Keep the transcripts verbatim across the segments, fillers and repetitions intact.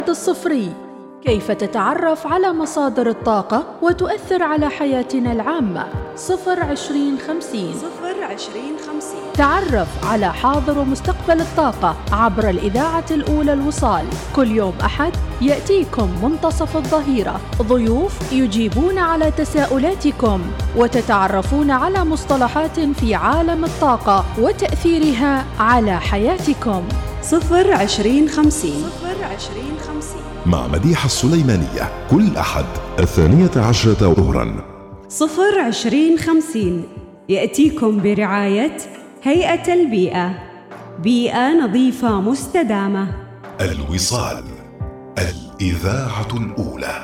الصفري، كيف تتعرف على مصادر الطاقة وتؤثر على حياتنا العامة. صفر عشرين خمسين صفر عشرين خمسين. تعرف على حاضر ومستقبل الطاقة عبر الإذاعة الأولى الوصال. كل يوم أحد يأتيكم منتصف الظهيرة ضيوف يجيبون على تساؤلاتكم وتتعرفون على مصطلحات في عالم الطاقة وتأثيرها على حياتكم. صفر عشرين خمسين صفر عشرين خمسين مع مديحة السليمانية كل أحد الثانية عشرة ظهرا. صفر عشرين خمسين يأتيكم برعاية هيئة البيئة، بيئة نظيفة مستدامة. الوصال، الإذاعة الأولى.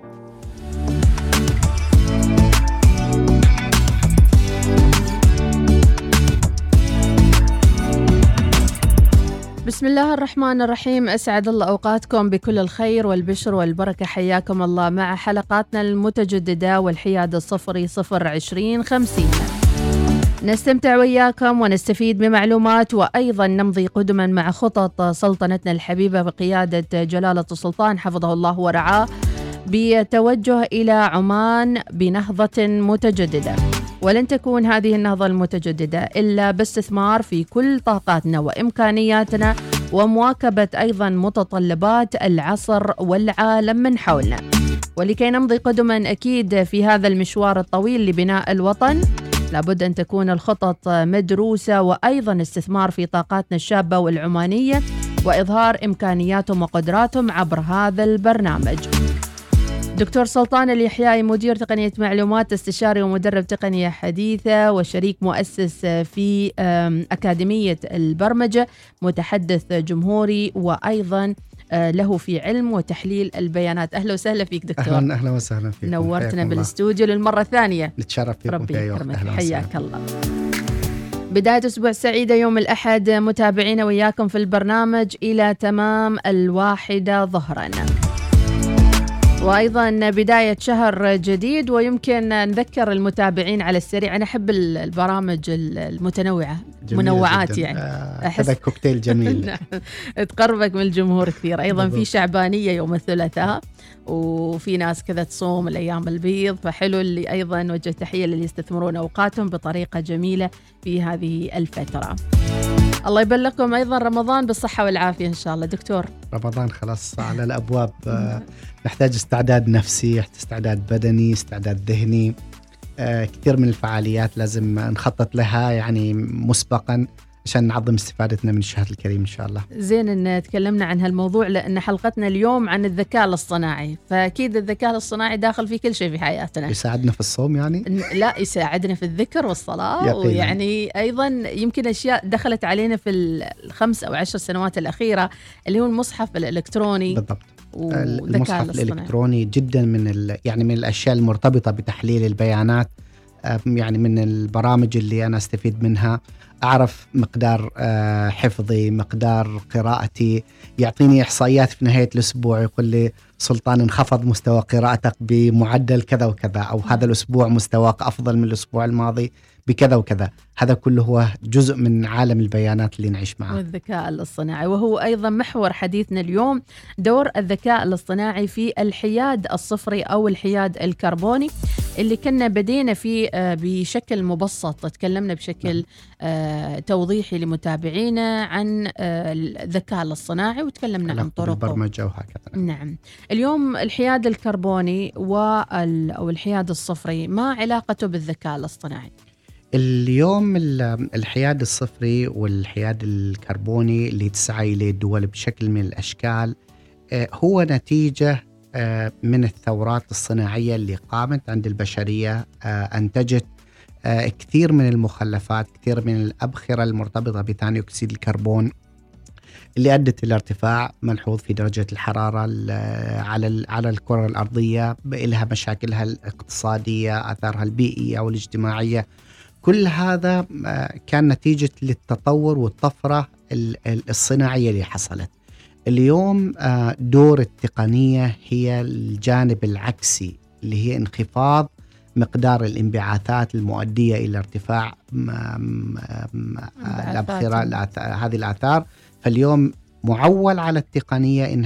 بسم الله الرحمن الرحيم، أسعد الله أوقاتكم بكل الخير والبشر والبركة. حياكم الله مع حلقاتنا المتجددة والحياد الصفري صفر عشرين خمسين. نستمتع وياكم ونستفيد بمعلومات وأيضا نمضي قدما مع خطط سلطنتنا الحبيبة بقيادة جلالة السلطان حفظه الله ورعاه بتوجه إلى عمان بنهضة متجددة. ولن تكون هذه النهضة المتجددة إلا باستثمار في كل طاقاتنا وإمكانياتنا ومواكبة أيضا متطلبات العصر والعالم من حولنا. ولكي نمضي قدما أكيد في هذا المشوار الطويل لبناء الوطن، لابد أن تكون الخطط مدروسة وأيضا استثمار في طاقاتنا الشابة والعمانية وإظهار إمكانياتهم وقدراتهم عبر هذا البرنامج. دكتور سلطان اليحيائي، مدير تقنية معلومات، استشاري ومدرب تقنية حديثة وشريك مؤسس في أكاديمية البرمجة، متحدث جمهوري وأيضا له في علم وتحليل البيانات. أهلا وسهلا فيك دكتور. أهلا أهلا وسهلا فيك. نورتنا بالاستوديو للمرة الثانية. نتشرف فيكم. ربي يكرمك، حياك الله. بداية أسبوع سعيدة يوم الأحد متابعينا وياكم في البرنامج إلى تمام الواحدة ظهرا، وأيضا بداية شهر جديد. ويمكن نذكر المتابعين على السريع، أنا أحب البرامج المتنوعة منوعات جداً. يعني آه أحس كوكتيل جميل تقربك من الجمهور كثير. أيضا بالضبط. في شعبانية يوم الثلاثاء، وفي ناس كذا تصوم الأيام البيض، فحلو اللي أيضا وجه تحية اللي يستثمرون أوقاتهم بطريقة جميلة في هذه الفترة. الله يبلغكم أيضا رمضان بالصحة والعافية إن شاء الله. دكتور، رمضان خلاص على الأبواب. آه نحتاج استعداد نفسي، استعداد بدني، استعداد ذهني. آه كثير من الفعاليات لازم نخطط لها يعني مسبقا عشان نعظم استفادتنا من الشهر الكريم إن شاء الله. زين إن تكلمنا عن هالموضوع، لأن حلقتنا اليوم عن الذكاء الاصطناعي، فأكيد الذكاء الاصطناعي داخل في كل شيء في حياتنا. يساعدنا في الصوم يعني؟ لا، يساعدنا في الذكر والصلاة، يقينا. ويعني أيضا يمكن أشياء دخلت علينا في الخمس أو عشر سنوات الأخيرة اللي هو المصحف الإلكتروني. بالضبط. المصحف الإلكتروني جدا من يعني من الأشياء المرتبطة بتحليل البيانات. يعني من البرامج اللي أنا استفيد منها، أعرف مقدار حفظي، مقدار قراءتي، يعطيني إحصائيات في نهاية الأسبوع، يقول لي سلطان انخفض مستوى قراءتك بمعدل كذا وكذا، أو هذا الأسبوع مستواك أفضل من الأسبوع الماضي بكذا وكذا. هذا كله هو جزء من عالم البيانات اللي نعيش معه، والذكاء الاصطناعي، وهو أيضا محور حديثنا اليوم، دور الذكاء الاصطناعي في الحياد الصفري أو الحياد الكربوني، اللي كنا بدينا فيه بشكل مبسط. تكلمنا بشكل آه توضيحي لمتابعينا عن آه الذكاء الاصطناعي، وتكلمنا عن طرقه البرمجة وهكذا. نعم. اليوم الحياد الكربوني وال أو الحياد الصفري، ما علاقته بالذكاء الاصطناعي؟ اليوم الحياد الصفري والحياد الكربوني اللي تسعى إليه الدول بشكل من الأشكال هو نتيجة من الثورات الصناعية اللي قامت عند البشرية. أنتجت كثير من المخلفات، كثير من الأبخرة المرتبطة بثاني أكسيد الكربون، اللي أدت إلى ارتفاع ملحوظ في درجة الحرارة على على الكرة الأرضية، لها مشاكلها الاقتصادية، آثارها البيئية والاجتماعية. كل هذا كان نتيجة للتطور والطفرة الصناعية اللي حصلت. اليوم دور التقنية هي الجانب العكسي، اللي هي انخفاض مقدار الانبعاثات المؤدية إلى ارتفاع الأبخرة، هذه الآثار. فاليوم معول على التقنية إنها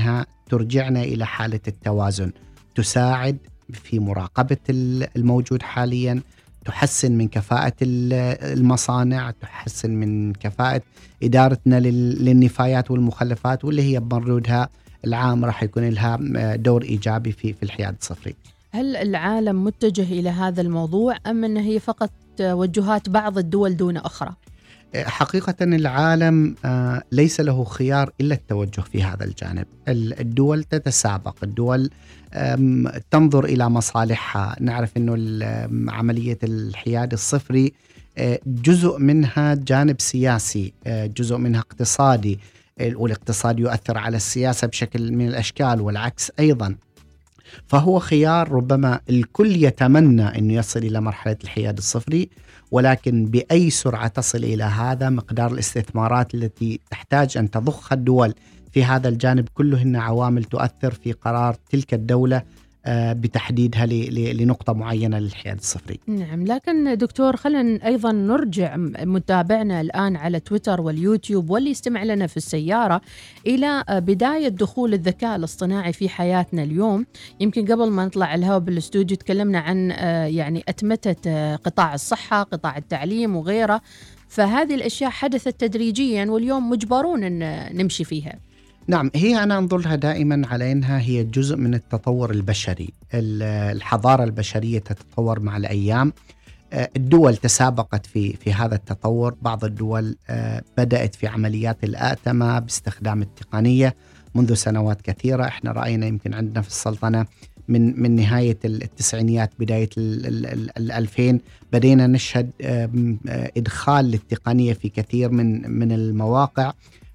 ترجعنا إلى حالة التوازن، تساعد في مراقبة الموجود حاليا، تحسن من كفاءة المصانع، تحسن من كفاءة إدارتنا للنفايات والمخلفات، واللي هي بمردودها العام راح يكون لها دور إيجابي في في الحياد الصفري. هل العالم متجه إلى هذا الموضوع أم أنه هي فقط توجهات بعض الدول دون أخرى؟ حقيقة العالم ليس له خيار إلا التوجه في هذا الجانب. الدول تتسابق، الدول تنظر إلى مصالحها. نعرف أنه عملية الحياد الصفري جزء منها جانب سياسي، جزء منها اقتصادي، والاقتصاد يؤثر على السياسة بشكل من الأشكال والعكس أيضا. فهو خيار ربما الكل يتمنى أن يصل إلى مرحلة الحياد الصفري، ولكن بأي سرعة تصل إلى هذا مقدار الاستثمارات التي تحتاج أن تضخها الدول في هذا الجانب كلهن عوامل تؤثر في قرار تلك الدولة بتحديدها لنقطة معينة للحياد الصفري. نعم، لكن دكتور خلينا أيضا نرجع متابعنا الآن على تويتر واليوتيوب واللي يستمع لنا في السيارة إلى بداية دخول الذكاء الاصطناعي في حياتنا اليوم. يمكن قبل ما نطلع الهواء بالاستوديو تكلمنا عن يعني أتمتة قطاع الصحة، قطاع التعليم وغيره، فهذه الأشياء حدثت تدريجيا واليوم مجبرون أن نمشي فيها. نعم، هي أنا أنظرها دائما على أنها هي جزء من التطور البشري. الحضارة البشرية تتطور مع الأيام، الدول تسابقت في في هذا التطور. بعض الدول بدأت في عمليات الآتمة باستخدام التقنية منذ سنوات كثيرة. احنا رأينا يمكن عندنا في السلطنة من من نهاية التسعينيات بداية الألفين بدينا نشهد إدخال للتقنية في كثير من من المواقع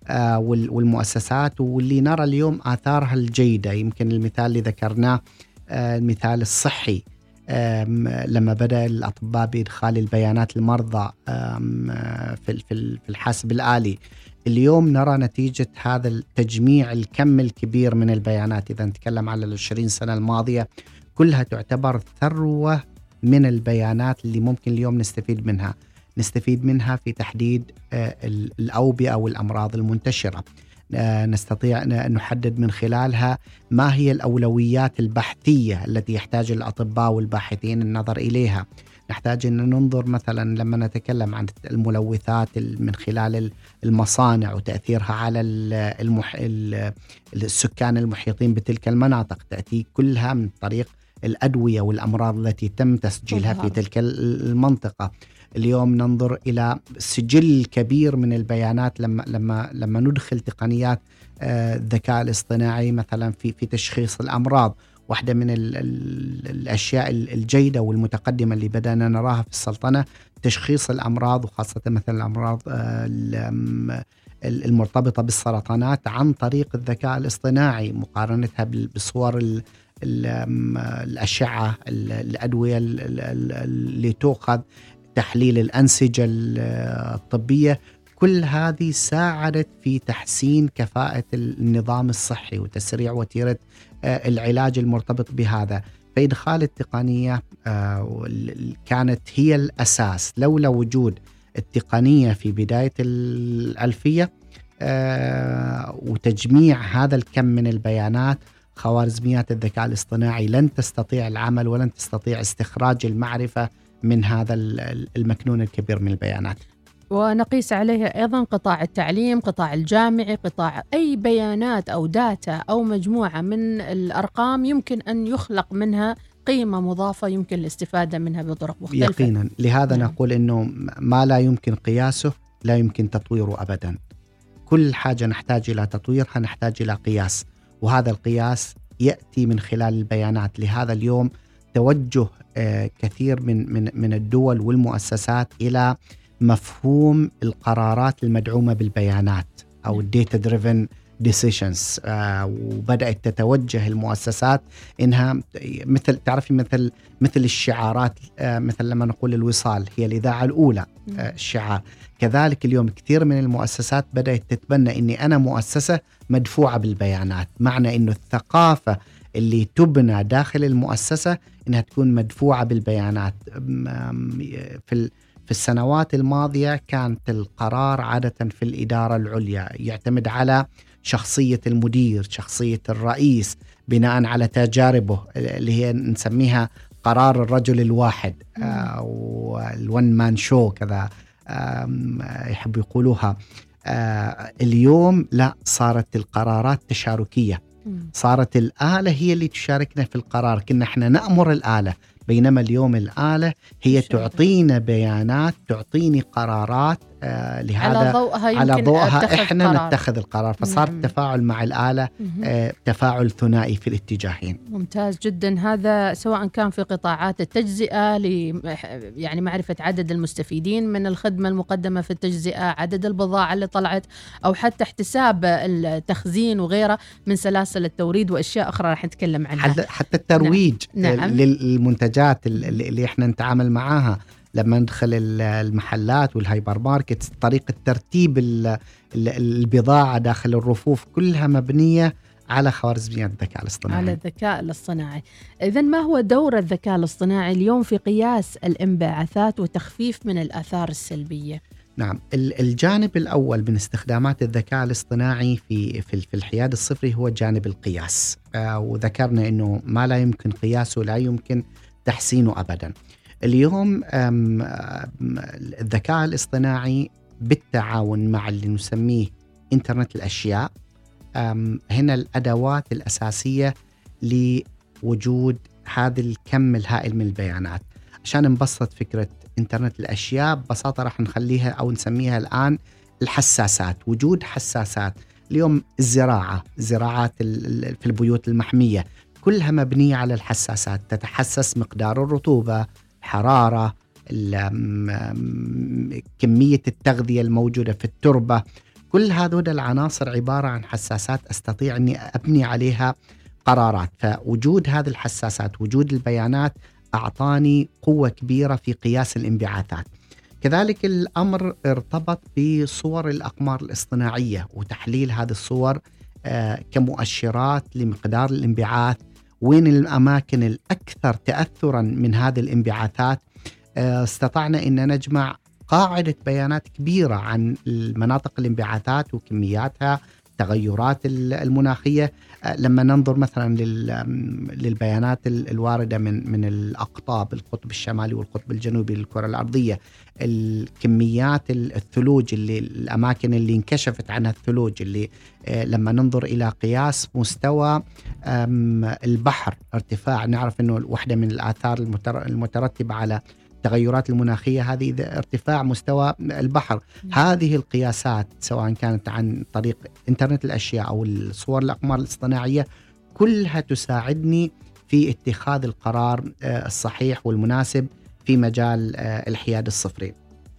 والمؤسسات، واللي نرى اليوم آثارها الجيدة. يمكن المثال اللي ذكرناه المثال الصحي، لما بدأ الأطباء بإدخال البيانات المرضى في الحاسب الآلي، اليوم نرى نتيجة هذا التجميع الكم الكبير من البيانات. إذا نتكلم على العشرين سنة الماضية كلها تعتبر ثروة من البيانات اللي ممكن اليوم نستفيد منها نستفيد منها في تحديد الأوبئة والأمراض المنتشرة. نستطيع أن نحدد من خلالها ما هي الأولويات البحثية التي يحتاج الأطباء والباحثين النظر إليها. نحتاج أن ننظر مثلا لما نتكلم عن الملوثات من خلال المصانع وتأثيرها على المح... السكان المحيطين بتلك المناطق، تأتي كلها من طريق الأدوية والأمراض التي تم تسجيلها في تلك المنطقة. اليوم ننظر إلى سجل كبير من البيانات لما لما لما ندخل تقنيات الذكاء الاصطناعي مثلا في في تشخيص الأمراض. واحدة من ال ال الأشياء الجيدة والمتقدمة اللي بدأنا نراها في السلطنة تشخيص الأمراض، وخاصة مثلا الأمراض المرتبطة بالسرطانات عن طريق الذكاء الاصطناعي، مقارنتها بصور الأشعة، الأدوية اللي تؤخذ، تحليل الأنسجة الطبية. كل هذه ساعدت في تحسين كفاءة النظام الصحي وتسريع وتيرة العلاج المرتبط بهذا. فإدخال التقنية كانت هي الأساس. لولا وجود التقنية في بداية الألفية وتجميع هذا الكم من البيانات، خوارزميات الذكاء الاصطناعي لن تستطيع العمل ولن تستطيع استخراج المعرفة من هذا المكنون الكبير من البيانات. ونقيس عليها أيضا قطاع التعليم، قطاع الجامعي، قطاع أي بيانات أو داتا أو مجموعة من الأرقام يمكن أن يخلق منها قيمة مضافة يمكن الاستفادة منها بطرق مختلفة. يقينا. لهذا نعم. نقول إنه ما لا يمكن قياسه لا يمكن تطويره أبدا. كل حاجة نحتاج إلى تطويرها نحتاج إلى قياس، وهذا القياس يأتي من خلال البيانات. لهذا اليوم توجه كثير من من من الدول والمؤسسات إلى مفهوم القرارات المدعومة بالبيانات أو data driven decisions، وبدأت تتوجه المؤسسات إنها مثل تعرفي مثل مثل الشعارات، مثل لما نقول الوصال هي الإذاعة الأولى الشعار. كذلك اليوم كثير من المؤسسات بدأت تتبنى إني أنا مؤسسة مدفوعة بالبيانات، معنى إنه الثقافة اللي تبنى داخل المؤسسة إنها تكون مدفوعة بالبيانات. في في السنوات الماضية كانت القرار عادة في الإدارة العليا يعتمد على شخصية المدير، شخصية الرئيس، بناء على تجاربه اللي هي نسميها قرار الرجل الواحد أو الون مان شو كذا يحب يقولوها. اليوم لا، صارت القرارات تشاركية، صارت الآلة هي اللي تشاركنا في القرار. كنا احنا نأمر الآلة، بينما اليوم الآلة هي تعطينا بيانات، تعطيني قرارات آه لهذا على ضوءها, على ضوءها احنا قرار. نتخذ القرار. فصار نعم. التفاعل مع الآلة آه تفاعل ثنائي في الاتجاهين. ممتاز جدا. هذا سواء كان في قطاعات التجزئة ل يعني معرفة عدد المستفيدين من الخدمة المقدمة في التجزئة، عدد البضائع اللي طلعت، أو حتى احتساب التخزين وغيره من سلاسل التوريد وأشياء أخرى راح نتكلم عنها. حتى الترويج نعم. نعم. للمنتجات اللي, اللي احنا نتعامل معاها لما ندخل المحلات والهايبر ماركت، طريقة ترتيب البضاعة داخل الرفوف كلها مبنية على خوارزميات الذكاء الاصطناعي. على الذكاء الاصطناعي. إذن ما هو دور الذكاء الاصطناعي اليوم في قياس الانبعاثات وتخفيف من الآثار السلبية؟ نعم، الجانب الأول من استخدامات الذكاء الاصطناعي في في الحياد الصفري هو جانب القياس، آه وذكرنا إنه ما لا يمكن قياسه لا يمكن تحسينه أبدا. اليوم أم أم الذكاء الاصطناعي بالتعاون مع اللي نسميه إنترنت الأشياء، هنا الأدوات الأساسية لوجود هذا الكم الهائل من البيانات. عشان نبسط فكرة إنترنت الأشياء ببساطة راح نخليها أو نسميها الآن الحساسات. وجود حساسات اليوم، الزراعة، زراعات في البيوت المحمية كلها مبنية على الحساسات، تتحسس مقدار الرطوبة، حرارة، كمية التغذية الموجودة في التربة. كل هذول العناصر عبارة عن حساسات أستطيع أني أبني عليها قرارات. فوجود هذه الحساسات، وجود البيانات أعطاني قوة كبيرة في قياس الانبعاثات. كذلك الأمر ارتبط بصور الأقمار الاصطناعية وتحليل هذه الصور آه كمؤشرات لمقدار الانبعاث، وين الأماكن الأكثر تأثرا من هذه الانبعاثات. آه استطعنا أن نجمع قاعدة بيانات كبيرة عن المناطق الانبعاثات وكمياتها، التغيرات المناخية. لما ننظر مثلا للبيانات الواردة من من الأقطاب، القطب الشمالي والقطب الجنوبي للكرة الأرضية، الكميات الثلوج اللي الأماكن اللي انكشفت عنها الثلوج، اللي لما ننظر إلى قياس مستوى البحر، ارتفاع، نعرف أنه واحدة من الآثار المترتبة على التغيرات المناخية هذه ارتفاع مستوى البحر. هذه القياسات سواء كانت عن طريق إنترنت الأشياء أو الصور الأقمار الاصطناعية كلها تساعدني في اتخاذ القرار الصحيح والمناسب في مجال الحياد الصفري.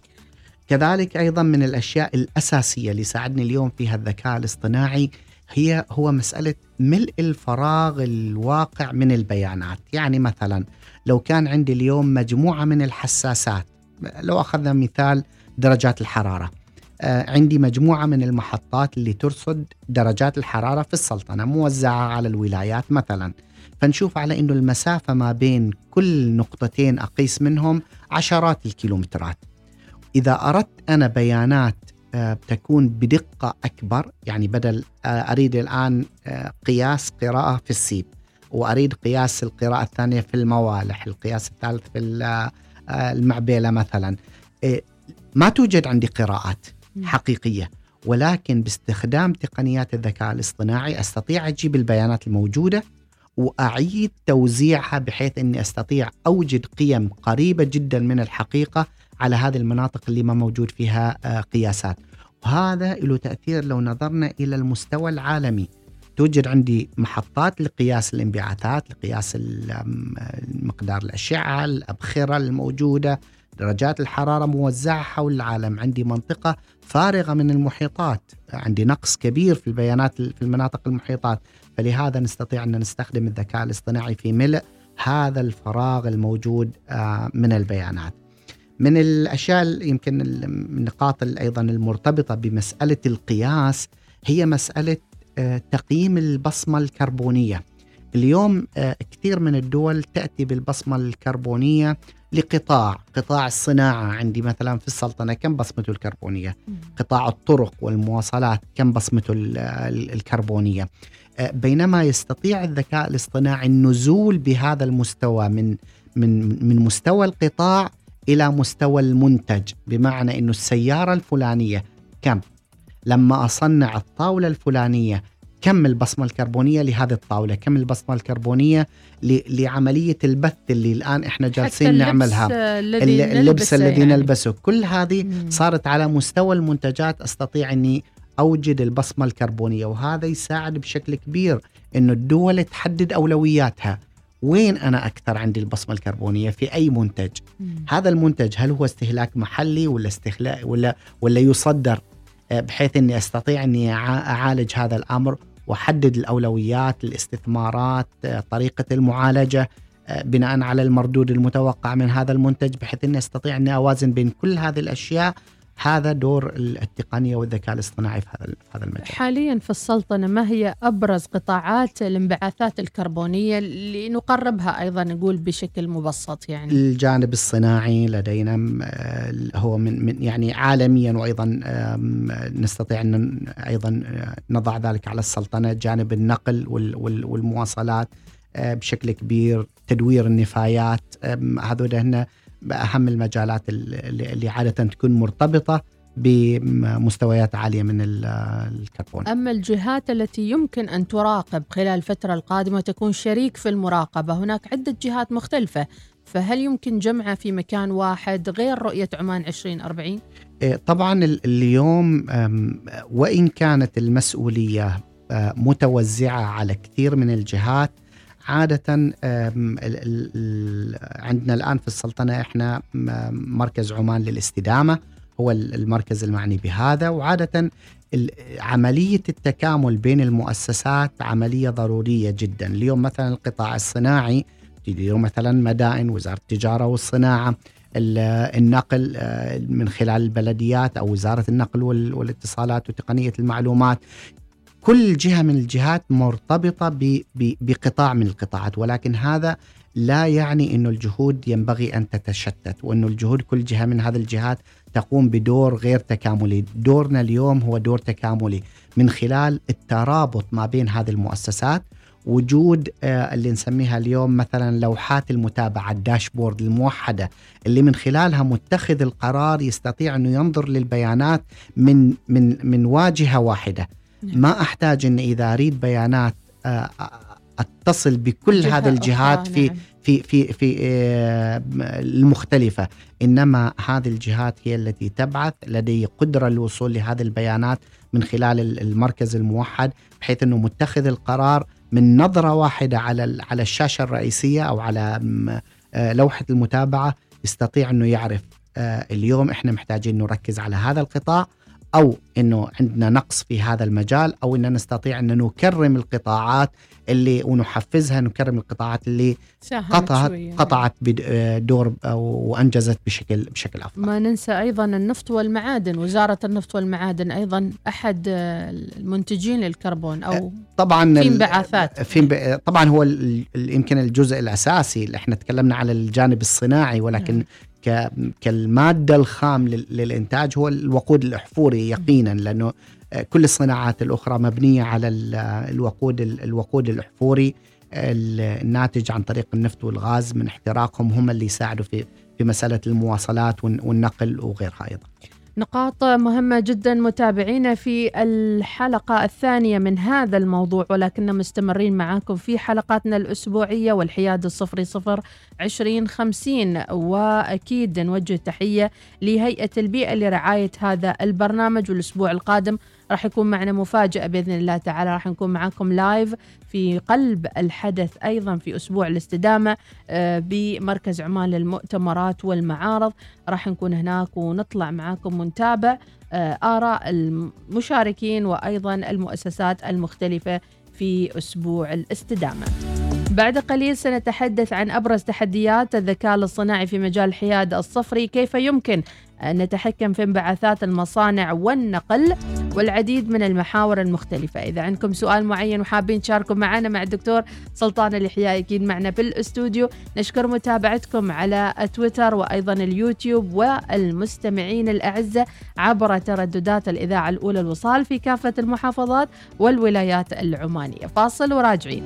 كذلك أيضا من الأشياء الأساسية اللي ساعدني اليوم فيها الذكاء الاصطناعي هي هو مسألة ملء الفراغ الواقع من البيانات. يعني مثلا لو كان عندي اليوم مجموعة من الحساسات، لو أخذنا مثال درجات الحرارة، آه عندي مجموعة من المحطات اللي ترصد درجات الحرارة في السلطنة موزعة على الولايات مثلا، فنشوف على أنه المسافة ما بين كل نقطتين أقيس منهم عشرات الكيلومترات. إذا أردت أنا بيانات آه تكون بدقة أكبر، يعني بدل آه أريد الآن آه قياس قراءة في السيب، وأريد قياس القراءة الثانية في الموالح، القياس الثالث في المعبيلة مثلا، ما توجد عندي قراءات حقيقية، ولكن باستخدام تقنيات الذكاء الاصطناعي أستطيع أجيب البيانات الموجودة وأعيد توزيعها بحيث أني أستطيع أوجد قيم قريبة جدا من الحقيقة على هذه المناطق اللي ما موجود فيها قياسات. وهذا له تأثير لو نظرنا إلى المستوى العالمي. توجد عندي محطات لقياس الانبعاثات، لقياس مقدار الأشعة، الأبخرة الموجودة، درجات الحرارة موزعة حول العالم. عندي منطقة فارغة من المحيطات، عندي نقص كبير في البيانات في المناطق المحيطات، فلهذا نستطيع أن نستخدم الذكاء الاصطناعي في ملء هذا الفراغ الموجود من البيانات. من الأشياء يمكن النقاط أيضا المرتبطة بمسألة القياس هي مسألة تقييم البصمة الكربونية. اليوم كثير من الدول تأتي بالبصمة الكربونية لقطاع قطاع الصناعة عندي مثلا في السلطنة كم بصمته الكربونية، قطاع الطرق والمواصلات كم بصمته الكربونية. بينما يستطيع الذكاء الاصطناعي النزول بهذا المستوى من من من مستوى القطاع إلى مستوى المنتج، بمعنى إنه السيارة الفلانية كم، لما أصنع الطاولة الفلانية كم البصمة الكربونية لهذه الطاولة، كم البصمة الكربونية لعملية البث اللي الآن إحنا جالسين نعملها، الذي اللبس الذي يعني. نلبسه، كل هذه مم. صارت على مستوى المنتجات أستطيع أني أوجد البصمة الكربونية. وهذا يساعد بشكل كبير إنه الدول تحدد أولوياتها، وين أنا أكثر عندي البصمة الكربونية في أي منتج. مم. هذا المنتج هل هو استهلاك محلي ولا استهلاك ولا ولا يصدر، بحيث أني أستطيع أني أعالج هذا الأمر وحدد الأولويات، الاستثمارات، طريقة المعالجة بناء على المردود المتوقع من هذا المنتج، بحيث أني أستطيع أني أوازن بين كل هذه الأشياء. هذا دور التقنية والذكاء الاصطناعي في هذا في هذا المجال. حاليا في السلطنة ما هي أبرز قطاعات الانبعاثات الكربونية اللي نقربها أيضا نقول بشكل مبسط؟ يعني الجانب الصناعي لدينا هو من, من يعني عالميا، وأيضا نستطيع أن أيضا نضع ذلك على السلطنة. جانب النقل والمواصلات بشكل كبير، تدوير النفايات، هذول هن أهم المجالات اللي عادة تكون مرتبطة بمستويات عالية من الكربون. أما الجهات التي يمكن أن تراقب خلال الفترة القادمة وتكون شريك في المراقبة، هناك عدة جهات مختلفة، فهل يمكن جمعها في مكان واحد غير رؤية عمان عشرين أربعين؟ طبعا اليوم وإن كانت المسؤولية متوزعة على كثير من الجهات، عادة عندنا الآن في السلطنة إحنا مركز عمان للاستدامة هو المركز المعني بهذا، وعادة عملية التكامل بين المؤسسات عملية ضرورية جدا. اليوم مثلا القطاع الصناعي، اليوم مثلا مدائن، وزارة التجارة والصناعة، النقل من خلال البلديات أو وزارة النقل والاتصالات وتقنية المعلومات، كل جهة من الجهات مرتبطة بقطاع من القطاعات، ولكن هذا لا يعني أن الجهود ينبغي أن تتشتت، وأن الجهود كل جهة من هذه الجهات تقوم بدور غير تكاملي. دورنا اليوم هو دور تكاملي من خلال الترابط ما بين هذه المؤسسات، وجود آه اللي نسميها اليوم مثلا لوحات المتابعة، الداشبورد الموحدة، اللي من خلالها متخذ القرار يستطيع أنه ينظر للبيانات من من من واجهة واحدة. ما أحتاج أن إذا أريد بيانات أتصل بكل هذه الجهات في نعم. في في في المختلفة، إنما هذه الجهات هي التي تبعث، لدي قدرة للوصول لهذه البيانات من خلال المركز الموحد، بحيث أنه متخذ القرار من نظرة واحدة على على الشاشة الرئيسية أو على لوحة المتابعة يستطيع أنه يعرف اليوم إحنا محتاجين نركز على هذا القطاع، أو إنه عندنا نقص في هذا المجال، أو إننا نستطيع أن نكرم القطاعات اللي ونحفزها، نكرم القطاعات اللي قطعت قطعت بدور وأنجزت بشكل بشكل أفضل. ما ننسى أيضا النفط والمعادن، وزارة النفط والمعادن أيضا أحد المنتجين للكربون أو طبعا في انبعاثات. في طبعا هو يمكن الجزء الأساسي اللي احنا تكلمنا على الجانب الصناعي، ولكن م. كالمادة الخام للإنتاج هو الوقود الأحفوري يقينا، لأنه كل الصناعات الأخرى مبنية على الوقود الوقود الأحفوري الناتج عن طريق النفط والغاز من احتراقهم، هم اللي يساعدوا في في مسألة المواصلات والنقل وغيرها أيضا. نقاط مهمة جدا متابعينا في الحلقة الثانية من هذا الموضوع، ولكننا مستمرين معاكم في حلقاتنا الأسبوعية والحياد الصفري صفر عشرين خمسين. وأكيد نوجه تحية لهيئة البيئة لرعاية هذا البرنامج، والأسبوع القادم راح يكون معنا مفاجأة بإذن الله تعالى، راح نكون معاكم لايف في قلب الحدث أيضا في أسبوع الاستدامة بمركز عمان للمؤتمرات والمعارض، راح نكون هناك ونطلع معاكم ونتابع آراء المشاركين وأيضا المؤسسات المختلفة في أسبوع الاستدامة. بعد قليل سنتحدث عن أبرز تحديات الذكاء الاصطناعي في مجال الحياد الصفري، كيف يمكن أن نتحكم في انبعاثات المصانع والنقل، والعديد من المحاور المختلفة. إذا عندكم سؤال معين وحابين تشاركوا معنا مع الدكتور سلطان اليحيى أكيد معنا في الاستوديو. نشكر متابعتكم على تويتر وأيضا اليوتيوب، والمستمعين الأعزة عبر ترددات الإذاعة الأولى الوصال في كافة المحافظات والولايات العمانية. فاصل وراجعين.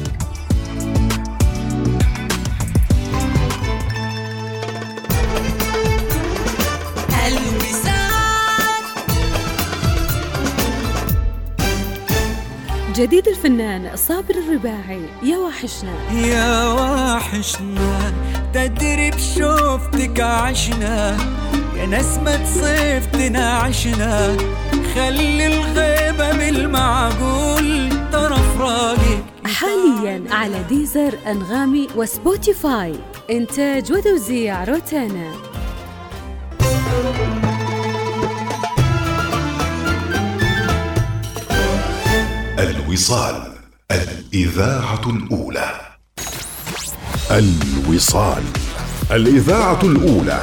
جديد الفنان صابر الرباعي، يا واحشنا يا واحشنا، تدري بشوفتك عشنا، يا نسمة صيف تناعشنا، خلي الغيبة بالمعقول طرف راقك. حاليا على ديزر، أنغامي وسبوتيفاي. إنتاج وتوزيع روتانا. الوصال، الإذاعة الأولى. الوصال، الإذاعة الأولى.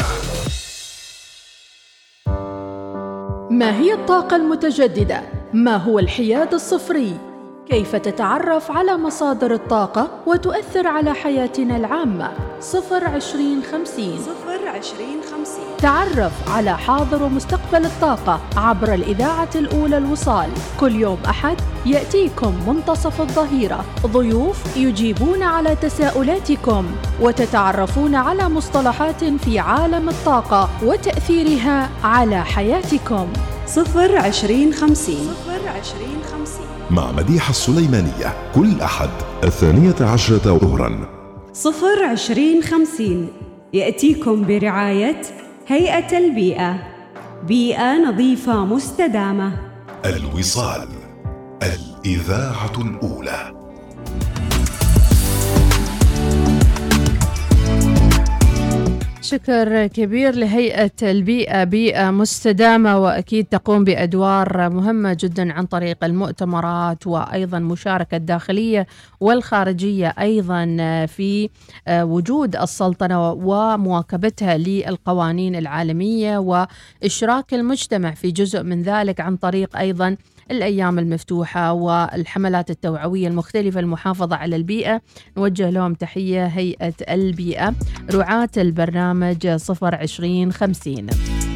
ما هي الطاقة المتجددة؟ ما هو الحياد الصفري؟ كيف تتعرف على مصادر الطاقة وتؤثر على حياتنا العامة؟ صفر عشرين خمسين صفر عشرين خمسين. تعرف على حاضر ومستقبل الطاقة عبر الإذاعة الأولى الوصال. كل يوم أحد يأتيكم منتصف الظهيرة ضيوف يجيبون على تساؤلاتكم، وتتعرفون على مصطلحات في عالم الطاقة وتأثيرها على حياتكم. صفر عشرين خمسين صفر عشرين خمسين مع مديحة السليمانية كل أحد الثانية عشرة ظهرا. صفر عشرين خمسين يأتيكم برعاية هيئة البيئة، بيئة نظيفة مستدامة. الوصال، الإذاعة الأولى. شكر كبير لهيئة البيئة، بيئة مستدامة وأكيد تقوم بأدوار مهمة جدا عن طريق المؤتمرات وأيضا مشاركة الداخلية والخارجية أيضا في وجود السلطنة ومواكبتها للقوانين العالمية، وإشراك المجتمع في جزء من ذلك عن طريق أيضا الأيام المفتوحة والحملات التوعوية المختلفة المحافظة على البيئة. نوجه لهم تحية هيئة البيئة رعاة البرنامج صفر عشرين خمسين.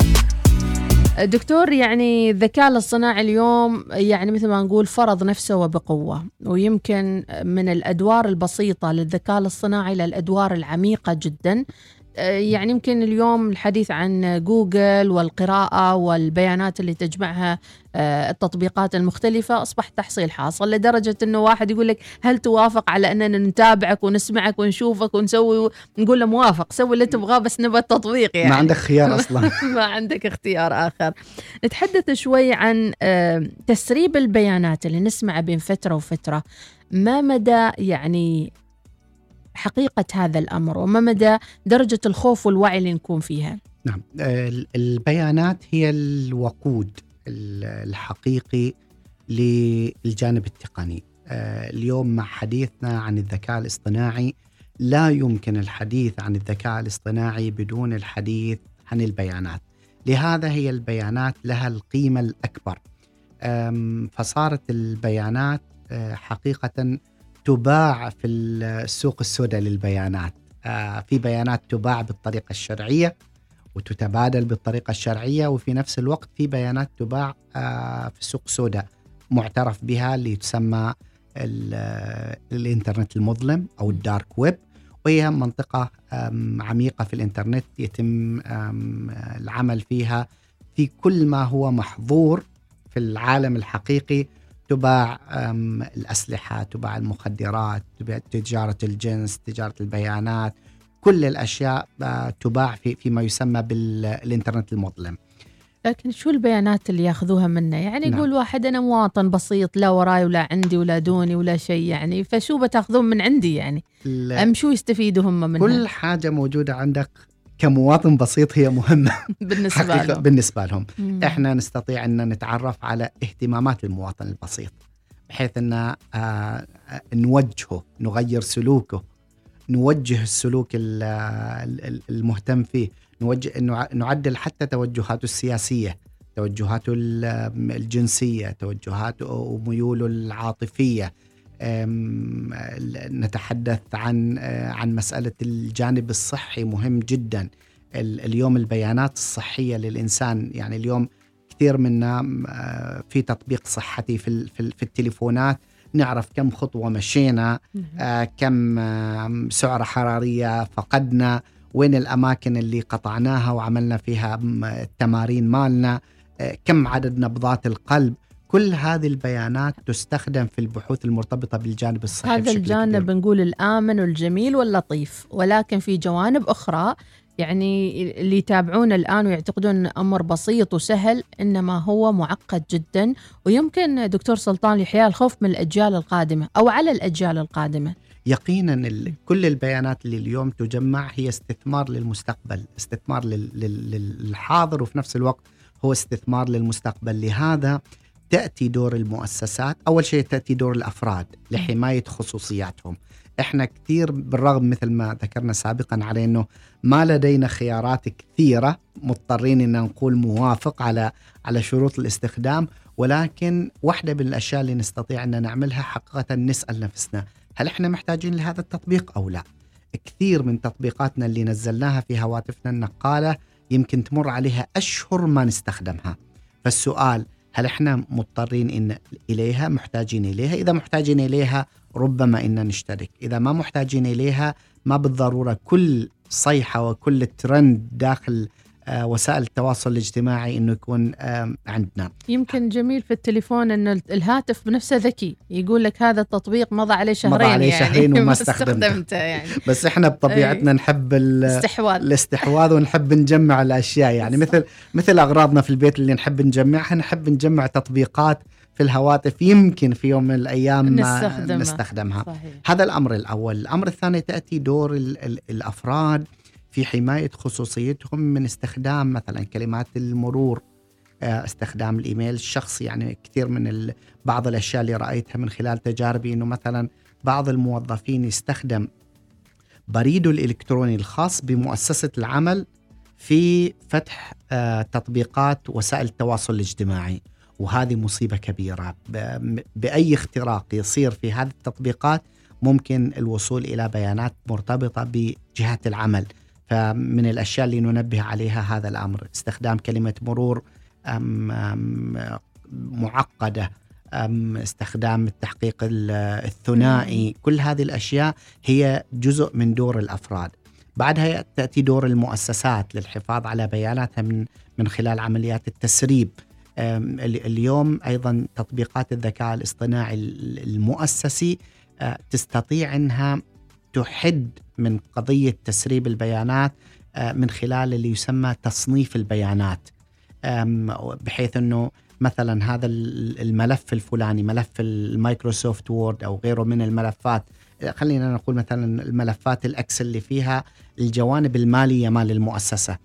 دكتور، يعني الذكاء الاصطناعي اليوم يعني مثل ما نقول فرض نفسه وبقوة، ويمكن من الأدوار البسيطة للذكاء الاصطناعي للأدوار العميقة جدا. يعني يمكن اليوم الحديث عن جوجل والقراءة والبيانات اللي تجمعها التطبيقات المختلفة أصبح تحصيل حاصل، لدرجة أنه واحد يقول لك هل توافق على أننا نتابعك ونسمعك ونشوفك ونسوي، نقول له موافق، سوي اللي تبغاه بس نبغى التطبيق. يعني ما عندك خيار أصلا. ما عندك اختيار آخر. نتحدث شوي عن تسريب البيانات اللي نسمعه بين فترة وفترة. ما مدى يعني حقيقة هذا الأمر، وما مدى درجة الخوف والوعي اللي نكون فيها؟ نعم، البيانات هي الوقود الحقيقي للجانب التقني. اليوم مع حديثنا عن الذكاء الاصطناعي لا يمكن الحديث عن الذكاء الاصطناعي بدون الحديث عن البيانات. لهذا هي البيانات لها القيمة الأكبر. فصارت البيانات حقيقة تباع في السوق السوداء للبيانات. في بيانات تباع بالطريقة الشرعية وتتبادل بالطريقة الشرعية، وفي نفس الوقت في بيانات تباع في السوق السوداء معترف بها اللي تسمى الإنترنت المظلم أو الدارك ويب، وهي منطقة عميقة في الإنترنت يتم العمل فيها في كل ما هو محظور في العالم الحقيقي. تباع الأسلحة، تباع المخدرات، تباع تجارة الجنس، تجارة البيانات، كل الأشياء تباع في فيما يسمى بالإنترنت المظلم. لكن شو البيانات اللي ياخذوها منا؟ يعني يقول نعم. واحد أنا مواطن بسيط، لا وراي ولا عندي ولا دوني ولا شيء، يعني فشو بتاخذون من عندي يعني؟ أم شو يستفيدوا هم منها؟ كل حاجة موجودة عندك كمواطن بسيط هي مهمة بالنسبة لهم. بالنسبة لهم. مم. إحنا نستطيع أن نتعرف على اهتمامات المواطن البسيط، بحيث أن آه نوجهه، نغير سلوكه، نوجه السلوك المهتم فيه، نوجه نعدل حتى توجهاته السياسية، توجهاته الجنسية، توجهاته وميوله العاطفية. نتحدث عن عن مسألة الجانب الصحي مهم جدا. اليوم البيانات الصحية للإنسان، يعني اليوم كثير منا في تطبيق صحتي في في التليفونات، نعرف كم خطوة مشينا، كم سعرة حرارية فقدنا، وين الأماكن اللي قطعناها وعملنا فيها التمارين مالنا، كم عدد نبضات القلب. كل هذه البيانات تستخدم في البحوث المرتبطة بالجانب الصحي. هذا الجانب كبير. نقول الآمن والجميل واللطيف، ولكن في جوانب أخرى يعني اللي يتابعون الآن ويعتقدون أمر بسيط وسهل، إنما هو معقد جدا، ويمكن دكتور سلطان يحيى الخوف من الأجيال القادمة أو على الأجيال القادمة. يقينا كل البيانات اللي اليوم تجمع هي استثمار للمستقبل، استثمار للحاضر، وفي نفس الوقت هو استثمار للمستقبل. لهذا تأتي دور المؤسسات. أول شيء تأتي دور الأفراد لحماية خصوصياتهم. إحنا كثير بالرغم مثل ما ذكرنا سابقا على أنه ما لدينا خيارات كثيرة، مضطرين أن نقول موافق على على شروط الاستخدام، ولكن واحدة من الأشياء اللي نستطيع أن نعملها حقيقة نسأل نفسنا، هل إحنا محتاجين لهذا التطبيق أو لا؟ كثير من تطبيقاتنا اللي نزلناها في هواتفنا النقالة يمكن تمر عليها أشهر ما نستخدمها. فالسؤال، هل إحنا مضطرين إن إليها، محتاجين إليها؟ إذا محتاجين إليها ربما إن نشترك، إذا ما محتاجين إليها ما بالضرورة كل صيحة وكل ترند داخل آه وسائل التواصل الاجتماعي إنه يكون آه عندنا. يمكن جميل في التليفون إن الهاتف بنفسه ذكي، يقول لك هذا التطبيق مضى عليه شهرين، مضى عليه يعني شهرين وما استخدمته يعني. بس إحنا بطبيعتنا نحب الاستحواذ الاستحواذ ونحب نجمع الأشياء، يعني مثل مثل أغراضنا في البيت اللي نحب نجمعها، نحب نجمع تطبيقات في الهواتف يمكن في يوم من الأيام نستخدمها, نستخدمها. صحيح. هذا الأمر الأول. الأمر الثاني تأتي دور ال ال الأفراد في حماية خصوصيتهم من استخدام مثلا كلمات المرور، استخدام الإيميل الشخصي. يعني كثير من بعض الأشياء اللي رأيتها من خلال تجاربي إنه مثلا بعض الموظفين يستخدم بريده الإلكتروني الخاص بمؤسسة العمل في فتح تطبيقات وسائل التواصل الاجتماعي، وهذه مصيبة كبيرة. بأي اختراق يصير في هذه التطبيقات ممكن الوصول إلى بيانات مرتبطة بجهات العمل. فمن الأشياء اللي ننبه عليها هذا الأمر، استخدام كلمة مرور أم أم معقدة، أم استخدام التحقيق الثنائي، كل هذه الأشياء هي جزء من دور الأفراد. بعدها تأتي دور المؤسسات للحفاظ على بياناتها من من خلال عمليات التسريب. اليوم أيضا تطبيقات الذكاء الاصطناعي المؤسسي تستطيع أنها تحد من قضية تسريب البيانات من خلال اللي يسمى تصنيف البيانات، بحيث أنه مثلا هذا الملف الفلاني، ملف المايكروسوفت وورد أو غيره من الملفات، خلينا نقول مثلا الملفات الأكسل اللي فيها الجوانب المالية مال المؤسسة،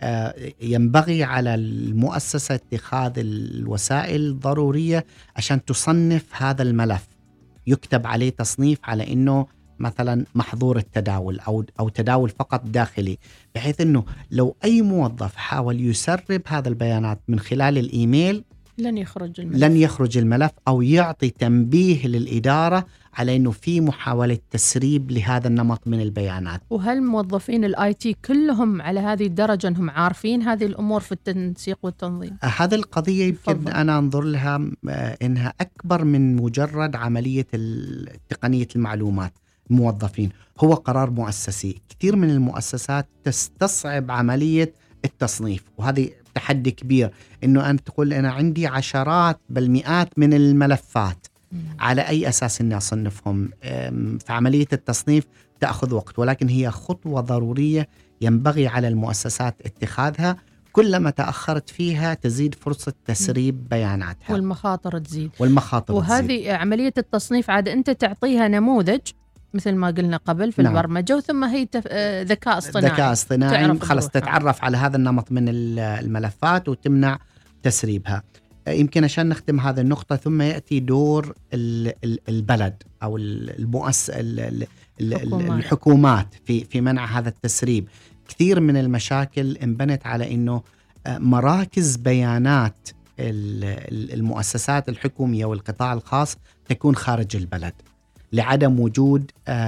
ينبغي على المؤسسة اتخاذ الوسائل الضرورية عشان تصنف هذا الملف، يكتب عليه تصنيف على إنه مثلا محظور التداول أو أو تداول فقط داخلي، بحيث إنه لو أي موظف حاول يسرب هذا البيانات من خلال الإيميل لن يخرج الملف. لن يخرج الملف أو يعطي تنبيه للإدارة على إنه في محاولة تسريب لهذا النمط من البيانات. وهل موظفين الاي تي كلهم على هذه الدرجة انهم عارفين هذه الامور في التنسيق والتنظيم؟ هذه القضية يمكن انا انظر لها انها اكبر من مجرد عملية تقنية المعلومات. الموظفين هو قرار مؤسسي، كثير من المؤسسات تستصعب عملية التصنيف، وهذه تحدي كبير انه انت تقول انا عندي عشرات بل مئات من الملفات، على أي أساس أني أصنفهم؟ فعملية التصنيف تأخذ وقت، ولكن هي خطوة ضرورية ينبغي على المؤسسات اتخاذها. كلما تأخرت فيها تزيد فرصة تسريب بياناتها والمخاطر تزيد والمخاطر وهذه تزيد. عملية التصنيف عاد أنت تعطيها نموذج مثل ما قلنا قبل في نعم. البرمجة، وثم هي تف... ذكاء اصطناعي ذكاء اصطناعي خلاص تتعرف على هذا النمط من الملفات وتمنع تسريبها. يمكن عشان نختم هذه النقطة ثم يأتي دور البلد أو المؤس الحكومات في في منع هذا التسريب. كثير من المشاكل انبنت على إنه مراكز بيانات المؤسسات الحكومية والقطاع الخاص تكون خارج البلد لعدم وجود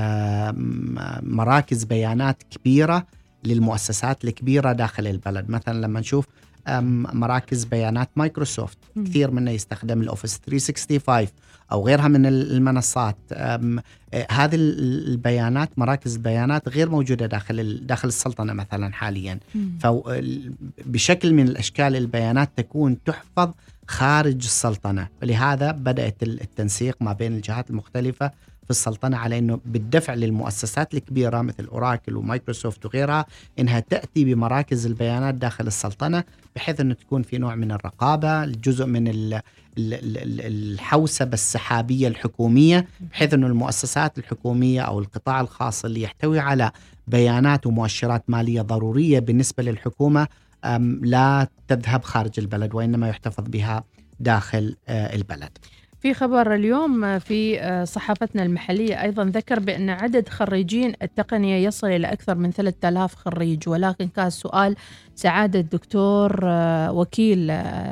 مراكز بيانات كبيرة للمؤسسات الكبيرة داخل البلد. مثلا لما نشوف مراكز بيانات مايكروسوفت م. كثير منه يستخدم الأوفيس ثلاثمية وخمسة وستين أو غيرها من المنصات. هذه البيانات مراكز البيانات غير موجودة داخل داخل السلطنة مثلا حاليا. فبشكل من الأشكال البيانات تكون تحفظ خارج السلطنة، ولهذا بدأت التنسيق ما بين الجهات المختلفة في السلطنة على أنه بالدفع للمؤسسات الكبيرة مثل أوراكل ومايكروسوفت وغيرها إنها تأتي بمراكز البيانات داخل السلطنة، بحيث أنه تكون في نوع من الرقابة، الجزء من الحوسبة السحابية الحكومية، بحيث أنه المؤسسات الحكومية أو القطاع الخاص اللي يحتوي على بيانات ومؤشرات مالية ضرورية بالنسبة للحكومة لا تذهب خارج البلد وإنما يحتفظ بها داخل البلد. في خبر اليوم في صحافتنا المحلية أيضا ذكر بأن عدد خريجين التقنية يصل إلى أكثر من ثلاثة آلاف خريج، ولكن كان سؤال سعادة الدكتور وكيل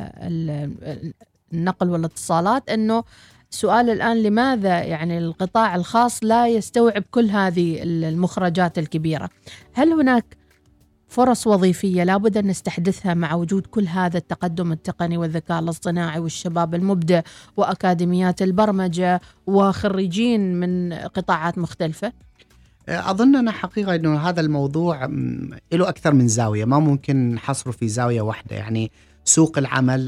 النقل والاتصالات أنه سؤال الآن لماذا يعني القطاع الخاص لا يستوعب كل هذه المخرجات الكبيرة؟ هل هناك فرص وظيفية لابد أن نستحدثها مع وجود كل هذا التقدم التقني والذكاء الاصطناعي والشباب المبدع وأكاديميات البرمجة وخريجين من قطاعات مختلفة؟ أظن أنا حقيقة أنه هذا الموضوع له أكثر من زاوية، ما ممكن نحصره في زاوية واحدة. يعني سوق العمل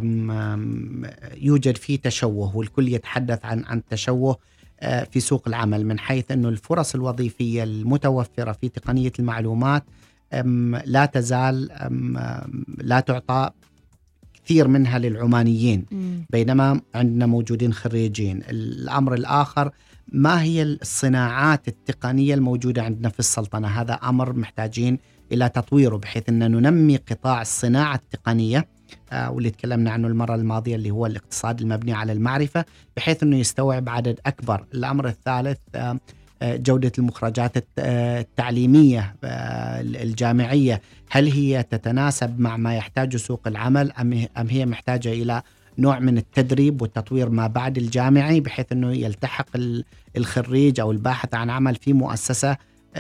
يوجد فيه تشوه، والكل يتحدث عن عن تشوه في سوق العمل من حيث أنه الفرص الوظيفية المتوفرة في تقنية المعلومات لا تزال لا تعطى كثير منها للعمانيين، بينما عندنا موجودين خريجين. الأمر الآخر، ما هي الصناعات التقنية الموجودة عندنا في السلطنة؟ هذا أمر محتاجين إلى تطويره، بحيث أن ننمي قطاع الصناعة التقنية آه واللي تكلمنا عنه المرة الماضية اللي هو الاقتصاد المبني على المعرفة، بحيث أنه يستوعب عدد أكبر. الأمر الثالث آه جودة المخرجات التعليمية الجامعية، هل هي تتناسب مع ما يحتاجه سوق العمل أم هي محتاجة إلى نوع من التدريب والتطوير ما بعد الجامعي، بحيث أنه يلتحق الخريج أو الباحث عن عمل في مؤسسة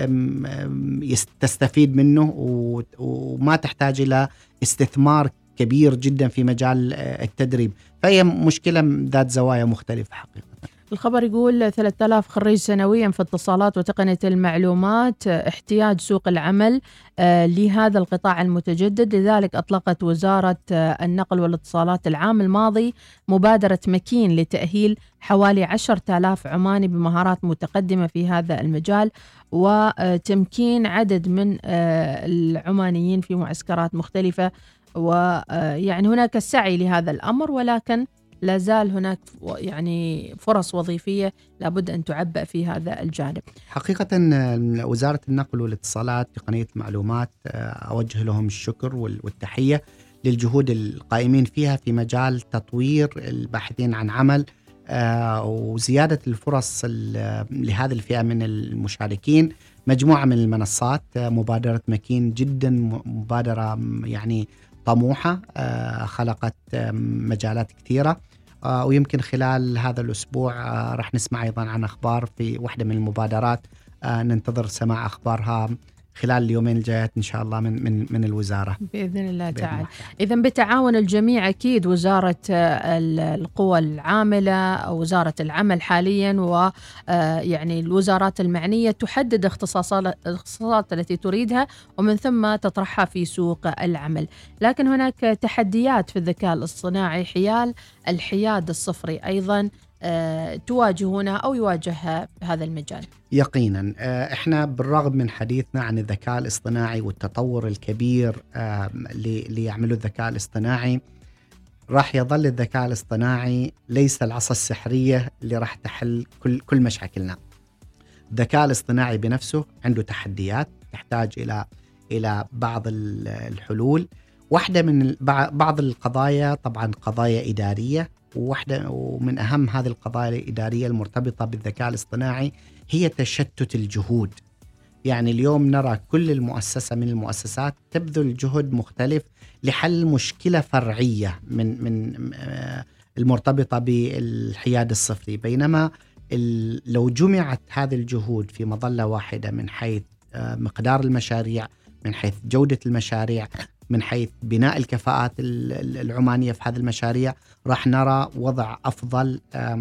تستفيد منه وما تحتاج إلى استثمار كبير جدا في مجال التدريب. فهي مشكلة ذات زوايا مختلفة حقيقة. الخبر يقول ثلاثة آلاف خريج سنويا في اتصالات وتقنية المعلومات، احتياج سوق العمل آه لهذا القطاع المتجدد. لذلك أطلقت وزارة آه النقل والاتصالات العام الماضي مبادرة مكين لتأهيل حوالي عشرة آلاف عماني بمهارات متقدمة في هذا المجال، وتمكين عدد من آه العمانيين في معسكرات مختلفة. ويعني هناك السعي لهذا الأمر، ولكن لا زال هناك يعني فرص وظيفية لابد أن تعبأ في هذا الجانب. حقيقة وزارة النقل والاتصالات تقنية المعلومات أوجه لهم الشكر والتحية للجهود القائمين فيها في مجال تطوير الباحثين عن عمل وزيادة الفرص لهذه الفئة من المشاركين. مجموعة من المنصات، مبادرة مكين جدا مبادرة يعني طموحة، خلقت مجالات كثيرة، ويمكن خلال هذا الأسبوع رح نسمع أيضا عن أخبار في واحدة من المبادرات، ننتظر سماع أخبارها خلال اليومين الجايات إن شاء الله من من من الوزارة بإذن الله تعالى. إذن بتعاون الجميع أكيد، وزارة القوى العاملة أو وزارة العمل حاليا ويعني الوزارات المعنية تحدد اختصاصات التي تريدها ومن ثم تطرحها في سوق العمل. لكن هناك تحديات في الذكاء الاصطناعي حيال الحياد الصفري أيضا تواجهنا أو يواجهها هذا المجال. يقينا احنا بالرغم من حديثنا عن الذكاء الاصطناعي والتطور الكبير اللي يعمله الذكاء الاصطناعي، راح يظل الذكاء الاصطناعي ليس العصا السحرية اللي راح تحل كل كل مشاكلنا. الذكاء الاصطناعي بنفسه عنده تحديات تحتاج إلى إلى بعض الحلول، واحدة من بعض القضايا طبعا قضايا إدارية، وواحدة ومن أهم هذه القضايا الإدارية المرتبطة بالذكاء الاصطناعي هي تشتت الجهود. يعني اليوم نرى كل المؤسسة من المؤسسات تبذل جهد مختلف لحل مشكلة فرعية من من المرتبطة بالحياد الصفري، بينما لو جمعت هذه الجهود في مظلة واحدة من حيث مقدار المشاريع، من حيث جودة المشاريع، من حيث بناء الكفاءات العمانية في هذه المشاريع، راح نرى وضع أفضل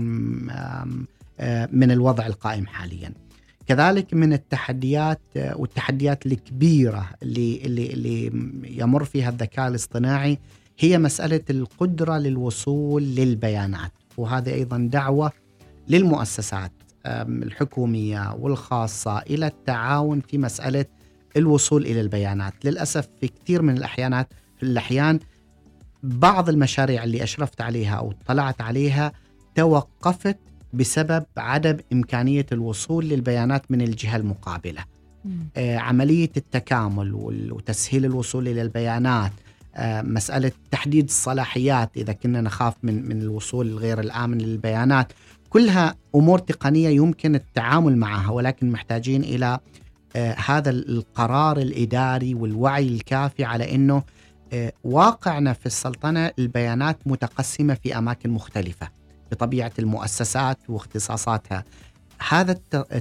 من الوضع القائم حاليا. كذلك من التحديات والتحديات الكبيرة اللي, اللي, اللي يمر فيها الذكاء الاصطناعي هي مسألة القدرة للوصول للبيانات، وهذه أيضا دعوة للمؤسسات الحكومية والخاصة إلى التعاون في مسألة الوصول إلى البيانات. للأسف في كثير من الأحيانات في الأحيان بعض المشاريع اللي أشرفت عليها أو اطلعت عليها توقفت بسبب عدم إمكانية الوصول للبيانات من الجهة المقابلة. آه عملية التكامل وتسهيل الوصول إلى البيانات، آه مسألة تحديد الصلاحيات إذا كنا نخاف من, من الوصول الغير الآمن للبيانات، كلها أمور تقنية يمكن التعامل معها، ولكن محتاجين إلى آه هذا القرار الإداري والوعي الكافي على أنه آه واقعنا في السلطنة البيانات متقسمة في أماكن مختلفة بطبيعة المؤسسات واختصاصاتها. هذا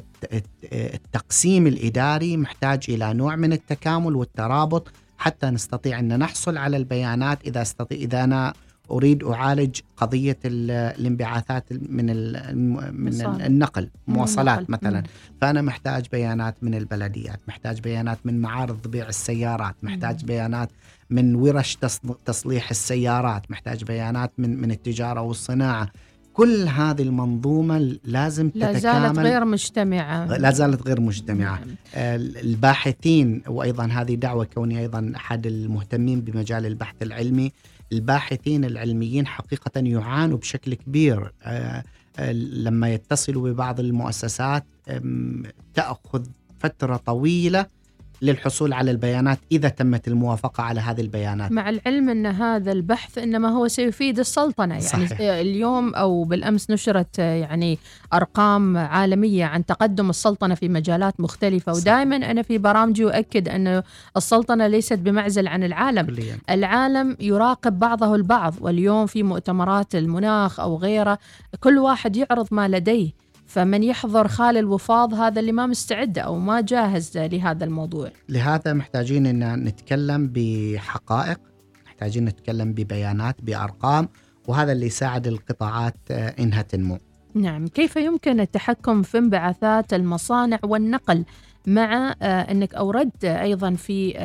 التقسيم الإداري محتاج إلى نوع من التكامل والترابط حتى نستطيع أن نحصل على البيانات. إذا استطيع إذا أنا أريد أعالج قضية الانبعاثات من من النقل مواصلات مثلا، مم. فأنا محتاج بيانات من البلديات، محتاج بيانات من معارض بيع السيارات، محتاج مم. بيانات من ورش تصليح السيارات، محتاج بيانات من من التجارة والصناعة. كل هذه المنظومة لازم لا تتكامل، زالت غير مجتمعة لا زالت غير مجتمعة. الباحثين، وأيضا هذه دعوة كوني أيضا أحد المهتمين بمجال البحث العلمي، الباحثين العلميين حقيقة يعانوا بشكل كبير لما يتصلوا ببعض المؤسسات، تأخذ فترة طويلة للحصول على البيانات إذا تمت الموافقة على هذه البيانات، مع العلم أن هذا البحث إنما هو سيفيد السلطنة. يعني صحيح. اليوم أو بالأمس نشرت يعني أرقام عالمية عن تقدم السلطنة في مجالات مختلفة، ودائما أنا في برامجي أؤكد أن السلطنة ليست بمعزل عن العالم كليا. العالم يراقب بعضه البعض، واليوم في مؤتمرات المناخ أو غيره كل واحد يعرض ما لديه، فمن يحضر خال الوفاض هذا اللي ما مستعد أو ما جاهز لهذا الموضوع. لهذا محتاجين أن نتكلم بحقائق، محتاجين نتكلم ببيانات بأرقام، وهذا اللي يساعد القطاعات إنها تنمو. نعم. كيف يمكن التحكم في انبعاثات المصانع والنقل، مع أنك أوردت أيضا في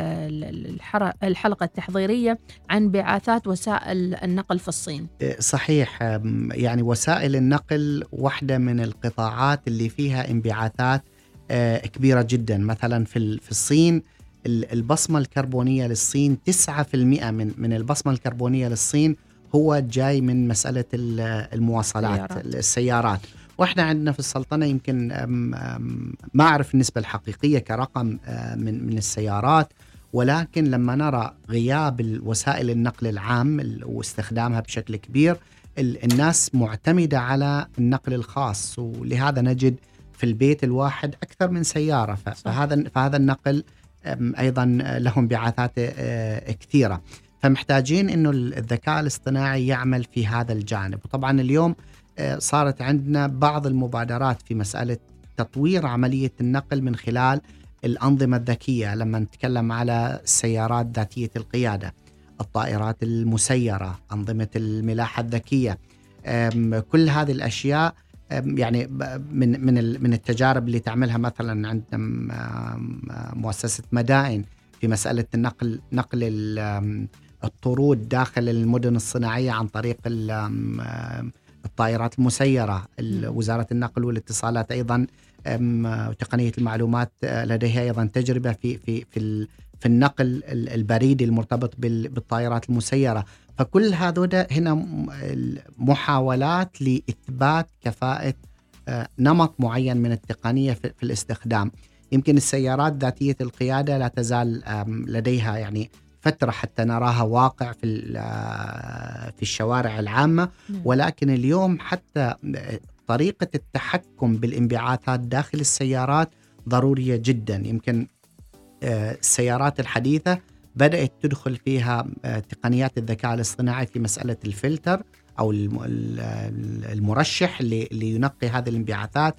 الحلقة التحضيرية عن انبعاثات وسائل النقل في الصين؟ صحيح، يعني وسائل النقل واحدة من القطاعات اللي فيها انبعاثات كبيرة جدا. مثلا في الصين البصمة الكربونية للصين تسعة بالمئة من من البصمة الكربونية للصين هو جاي من مسألة المواصلات السيارات, السيارات. واحنا عندنا في السلطنة يمكن ما أعرف النسبة الحقيقية كرقم من من السيارات، ولكن لما نرى غياب وسائل النقل العام واستخدامها بشكل كبير، الناس معتمدة على النقل الخاص، ولهذا نجد في البيت الواحد أكثر من سيارة. فهذا فهذا النقل أيضا له انبعاثات كثيرة، فمحتاجين إنه الذكاء الاصطناعي يعمل في هذا الجانب. وطبعا اليوم صارت عندنا بعض المبادرات في مسألة تطوير عملية النقل من خلال الأنظمة الذكية. لما نتكلم على السيارات ذاتية القيادة، الطائرات المسيرة، أنظمة الملاحة الذكية، كل هذه الأشياء يعني من من من التجارب اللي تعملها مثلا عندنا مؤسسة مدائن في مسألة النقل نقل الطرود داخل المدن الصناعية عن طريق الطائرات المسيرة. وزارة النقل والاتصالات أيضا تقنية المعلومات لديها أيضا تجربة في في في في النقل البريدي المرتبط بالطائرات المسيرة. فكل هذول هنا محاولات لإثبات كفاءة نمط معين من التقنية في الاستخدام. يمكن السيارات ذاتية القيادة لا تزال لديها يعني فترة حتى نراها واقع في في الشوارع العامة. ولكن اليوم حتى طريقة التحكم بالانبعاثات داخل السيارات ضرورية جدا. يمكن السيارات الحديثة بدأت تدخل فيها تقنيات الذكاء الاصطناعي في مسألة الفلتر أو المرشح اللي ينقي هذه الانبعاثات.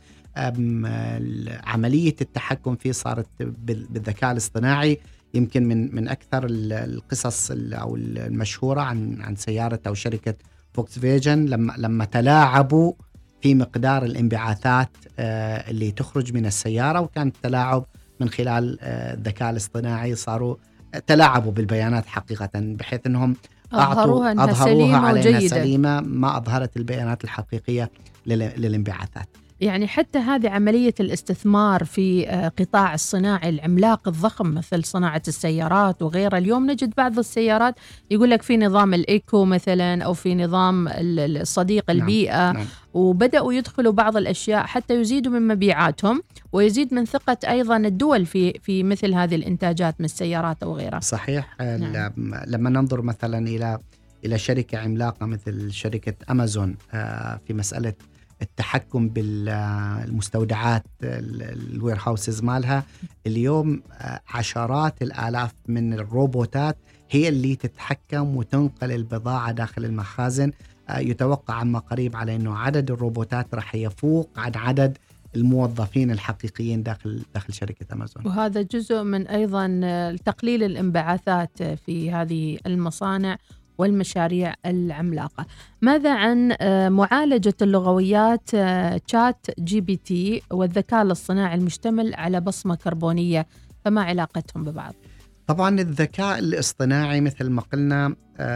عملية التحكم فيه صارت بالذكاء الاصطناعي. يمكن من من أكثر القصص أو المشهورة عن عن سيارة أو شركة فوكس فيجن لما لما تلاعبوا في مقدار الانبعاثات اللي تخرج من السيارة، وكان التلاعب من خلال الذكاء الاصطناعي. صاروا تلاعبوا بالبيانات حقيقة، بحيث أنهم أظهروها أنها أظهروها سليمة على وجيدة، سليمة، ما أظهرت البيانات الحقيقية للانبعاثات. يعني حتى هذه عملية الاستثمار في قطاع الصناعي العملاق الضخم مثل صناعة السيارات وغيرها. اليوم نجد بعض السيارات يقول لك في نظام الإيكو مثلا، أو في نظام الصديق البيئة. نعم. نعم. وبدأوا يدخلوا بعض الأشياء حتى يزيدوا من مبيعاتهم ويزيد من ثقة أيضا الدول في في مثل هذه الإنتاجات من السيارات أو غيرها. صحيح. نعم. لما ننظر مثلا إلى إلى شركة عملاقة مثل شركة أمازون في مسألة التحكم بالمستودعات الوير هاوسز مالها، اليوم عشرات الآلاف من الروبوتات هي اللي تتحكم وتنقل البضاعة داخل المخازن. يتوقع عما قريب على أنه عدد الروبوتات راح يفوق عن عدد الموظفين الحقيقيين داخل داخل شركة أمازون. وهذا جزء من أيضا تقليل الانبعاثات في هذه المصانع والمشاريع العملاقة. ماذا عن معالجة اللغويات تشات جي بي تي والذكاء الاصطناعي المشتمل على بصمة كربونية، فما علاقتهم ببعض؟ طبعا الذكاء الاصطناعي مثل ما قلنا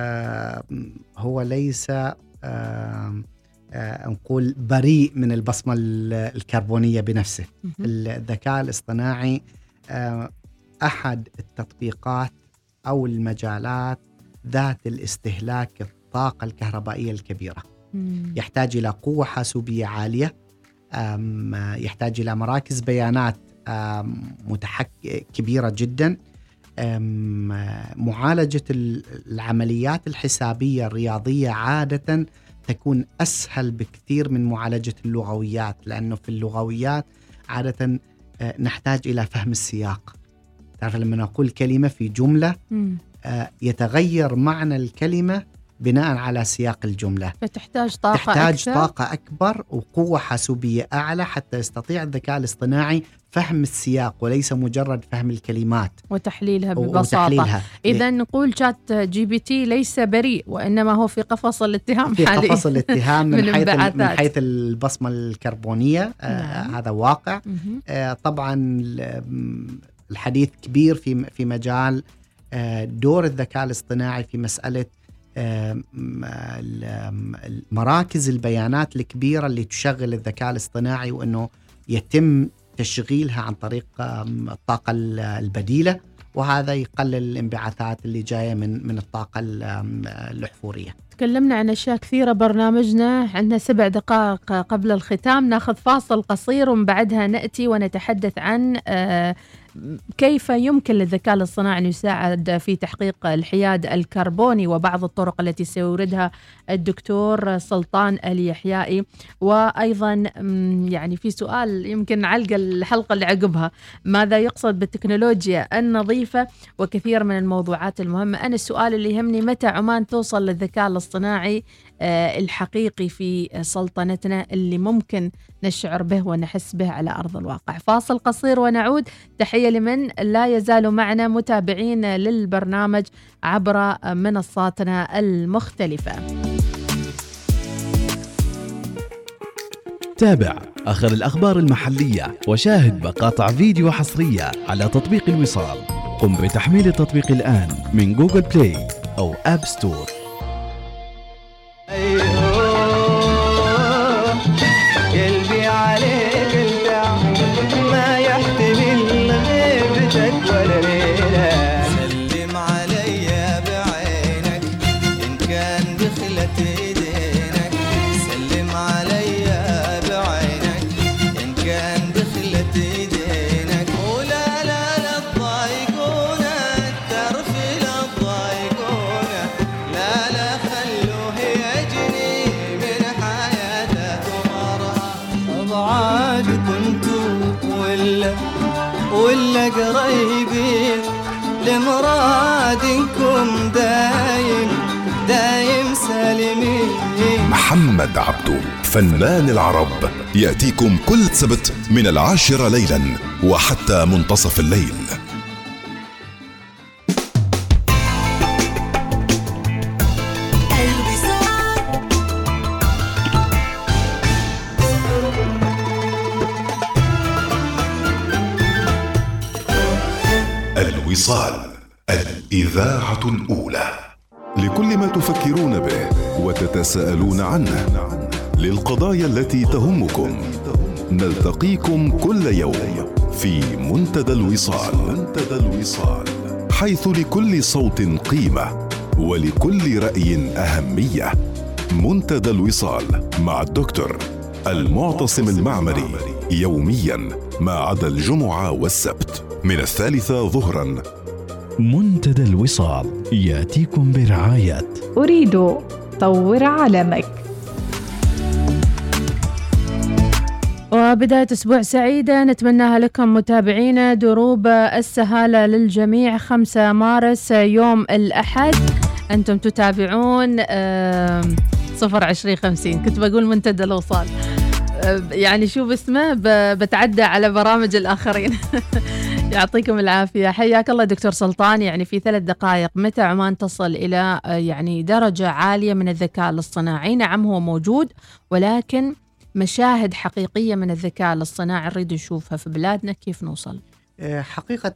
هو ليس نقول بريء من البصمة الكربونية بنفسه. الذكاء الاصطناعي أحد التطبيقات أو المجالات ذات الاستهلاك الطاقة الكهربائية الكبيرة. مم. يحتاج إلى قوة حاسوبية عالية، يحتاج إلى مراكز بيانات متحك كبيرة جدا، معالجة العمليات الحسابية الرياضية عادة تكون أسهل بكثير من معالجة اللغويات، لأنه في اللغويات عادة نحتاج إلى فهم السياق. تعرف لما نقول كلمة في جملة مم. يتغير معنى الكلمة بناء على سياق الجملة، فتحتاج طاقة تحتاج أكثر. طاقة أكبر وقوة حاسوبية أعلى حتى يستطيع الذكاء الاصطناعي فهم السياق وليس مجرد فهم الكلمات وتحليلها ببساطة. إذا نقول شات جي بي تي ليس بريء، وإنما هو في قفص الاتهام في حاليا. قفص الاتهام من, من, حيث من حيث البصمة الكربونية. آه هذا واقع. آه طبعا الحديث كبير في في مجال دور الذكاء الاصطناعي في مسألة مراكز البيانات الكبيرة اللي تشغل الذكاء الاصطناعي، وأنه يتم تشغيلها عن طريق الطاقة البديلة، وهذا يقلل الانبعاثات اللي جاية من من الطاقة الأحفورية. تكلمنا عن أشياء كثيرة برنامجنا، عندنا سبع دقائق قبل الختام، ناخذ فاصل قصير ومن بعدها نأتي ونتحدث عن كيف يمكن للذكاء الاصطناعي أن يساعد في تحقيق الحياد الكربوني وبعض الطرق التي سيوردها الدكتور سلطان اليحيائي. وأيضا يعني في سؤال يمكن علق الحلقة اللي عقبها، ماذا يقصد بالتكنولوجيا النظيفة، وكثير من الموضوعات المهمة. أنا السؤال اللي يهمني متى عمان توصل للذكاء الاصطناعي الحقيقي في سلطنتنا اللي ممكن نشعر به ونحس به على أرض الواقع. فاصل قصير ونعود. تحية لمن لا يزالوا معنا متابعين للبرنامج عبر منصاتنا المختلفة. تابع آخر الأخبار المحلية وشاهد مقاطع فيديو حصرية على تطبيق الوصال. قم بتحميل التطبيق الآن من جوجل بلاي أو آب ستور. قلبي عليك البع ما يحتمل غيرتك ولا ليلة. سلم عليا بعينك إن كان دخلت ايدينك، سلم عليا بعينك إن كان دخلت ايدينك. ولا لا لا تضايقونا الترف لا ولا قريبين لمرادكم دايم دايم سالمين. محمد عبدو فنان العرب يأتيكم كل سبت من العاشرة ليلا وحتى منتصف الليل. الوصال، الإذاعة الأولى، لكل ما تفكرون به وتتساءلون عنه، للقضايا التي تهمكم. نلتقيكم كل يوم في منتدى الوصال. منتدى الوصال، حيث لكل صوت قيمة ولكل رأي أهمية. منتدى الوصال مع الدكتور المعتصم المعمري، يوميا ما عدا الجمعة والسبت من الثالثة ظهرا. منتدى الوصال يأتيكم برعاية أريد طور عالمك. وبداية أسبوع سعيدة نتمناها لكم متابعينا. دروب السهالة للجميع. خمسة مارس يوم الأحد أنتم تتابعون صفر عشرين خمسين. كنت بقول منتدى الوصال، يعني شو باسمه بتعدى على برامج الآخرين. يعطيكم العافية. حياك الله دكتور سلطان. يعني في ثلاث دقائق، متى عمان تصل إلى يعني درجة عالية من الذكاء الاصطناعي؟ نعم هو موجود، ولكن مشاهد حقيقية من الذكاء الاصطناعي نريد نشوفها في بلادنا. كيف نوصل؟ حقيقة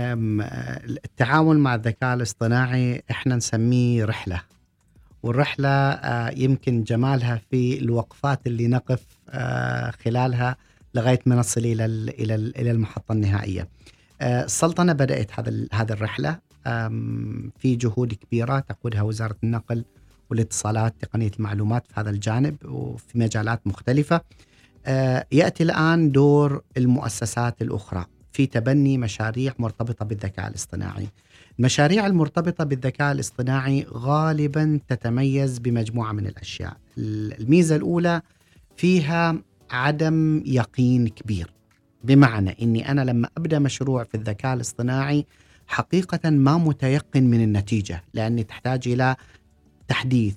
التعامل مع الذكاء الاصطناعي احنا نسميه رحلة، والرحلة يمكن جمالها في الوقفات اللي نقف خلالها لغاية ما نصل إلى إلى إلى المحطة النهائية. السلطنة بدأت هذا هذه الرحلة في جهود كبيرة تقودها وزارة النقل والاتصالات تقنية المعلومات في هذا الجانب وفي مجالات مختلفة. يأتي الآن دور المؤسسات الأخرى في تبني مشاريع مرتبطة بالذكاء الاصطناعي. المشاريع المرتبطة بالذكاء الاصطناعي غالبا تتميز بمجموعة من الأشياء. الميزة الأولى فيها عدم يقين كبير، بمعنى أني أنا لما أبدأ مشروع في الذكاء الاصطناعي حقيقة ما متيقن من النتيجة، لأني تحتاج إلى تحديث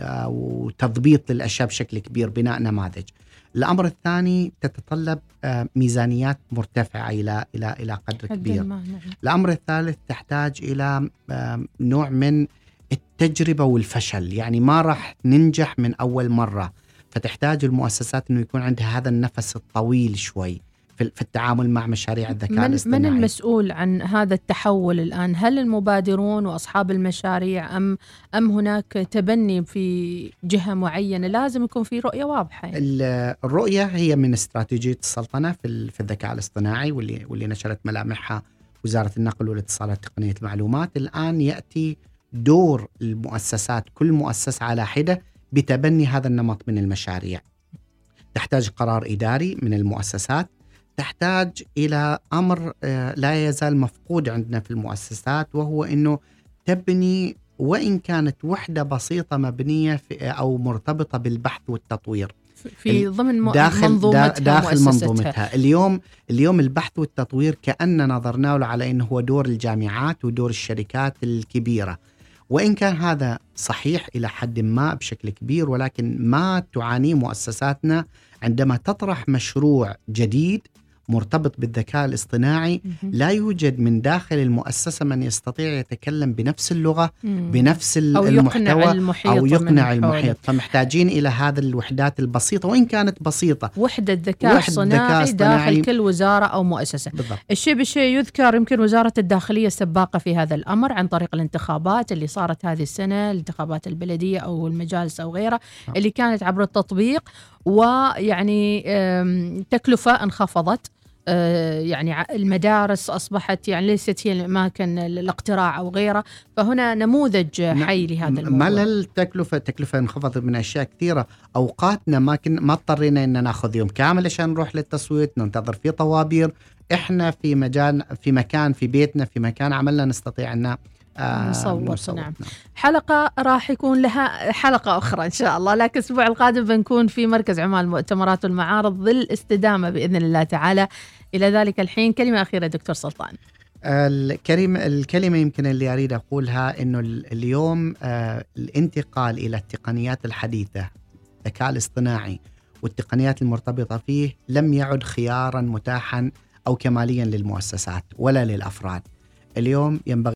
وتضبيط للأشياء بشكل كبير، بناء نماذج. الأمر الثاني تتطلب ميزانيات مرتفعة إلى إلى إلى قدر كبير. الأمر الثالث تحتاج إلى نوع من التجربة والفشل، يعني ما راح ننجح من أول مرة، فتحتاج المؤسسات أنه يكون عندها هذا النفس الطويل شوي في التعامل مع مشاريع الذكاء من الاصطناعي. من المسؤول عن هذا التحول الآن؟ هل المبادرون وأصحاب المشاريع أم أم هناك تبني في جهة معينة؟ لازم يكون في رؤية واضحة. يعني. الرؤية هي من استراتيجية السلطنة في في الذكاء الاصطناعي، واللي واللي نشرت ملامحها وزارة النقل والاتصالات تقنية المعلومات. الآن يأتي دور المؤسسات، كل مؤسسة على حدة، بتبني هذا النمط من المشاريع. تحتاج قرار إداري من المؤسسات، تحتاج إلى أمر لا يزال مفقود عندنا في المؤسسات، وهو أنه تبني وإن كانت وحدة بسيطة مبنية في أو مرتبطة بالبحث والتطوير في ضمن داخل منظومتها داخل منظومتها. اليوم اليوم البحث والتطوير كأننا نظرنا له على أنه هو دور الجامعات ودور الشركات الكبيرة، وإن كان هذا صحيح إلى حد ما بشكل كبير، ولكن ما تعانيه مؤسساتنا عندما تطرح مشروع جديد مرتبط بالذكاء الاصطناعي. لا يوجد من داخل المؤسسة من يستطيع يتكلم بنفس اللغة، بنفس أو المحتوى يقنع المحيط أو يقنع المحيط. فمحتاجين إلى هذه الوحدات البسيطة، وإن كانت بسيطة، وحدة ذكاء اصطناعي داخل كل وزارة أو مؤسسة. بالضبط. الشيء بالشيء يذكر يمكن وزارة الداخلية سباقة في هذا الأمر عن طريق الانتخابات اللي صارت هذه السنة، الانتخابات البلدية أو المجالس أو غيرها، اللي كانت عبر التطبيق، ويعني تكلفة انخفضت. يعني المدارس أصبحت يعني ليست هي الأماكن الاقتراع أو غيره، فهنا نموذج حي لهذا الموضوع. ما التكلفة تكلفة انخفضت من أشياء كثيرة. أوقاتنا ما كن ما اضطرينا إن ناخذ يوم كامل عشان نروح للتصويت، ننتظر فيه طوابير. إحنا في مجال في مكان في بيتنا في مكان عملنا نستطيع أن مصور. نعم. حلقة راح يكون لها حلقة أخرى إن شاء الله، لكن الأسبوع القادم بنكون في مركز عمان المؤتمرات والمعارض ذي الاستدامة بإذن الله تعالى. إلى ذلك الحين كلمة أخيرة دكتور سلطان. الكلمة الكلمة يمكن اللي أريد أقولها إنه اليوم الانتقال إلى التقنيات الحديثة، الذكاء الاصطناعي والتقنيات المرتبطة فيه لم يعد خيارا متاحا أو كماليا للمؤسسات ولا للأفراد. اليوم ينبغي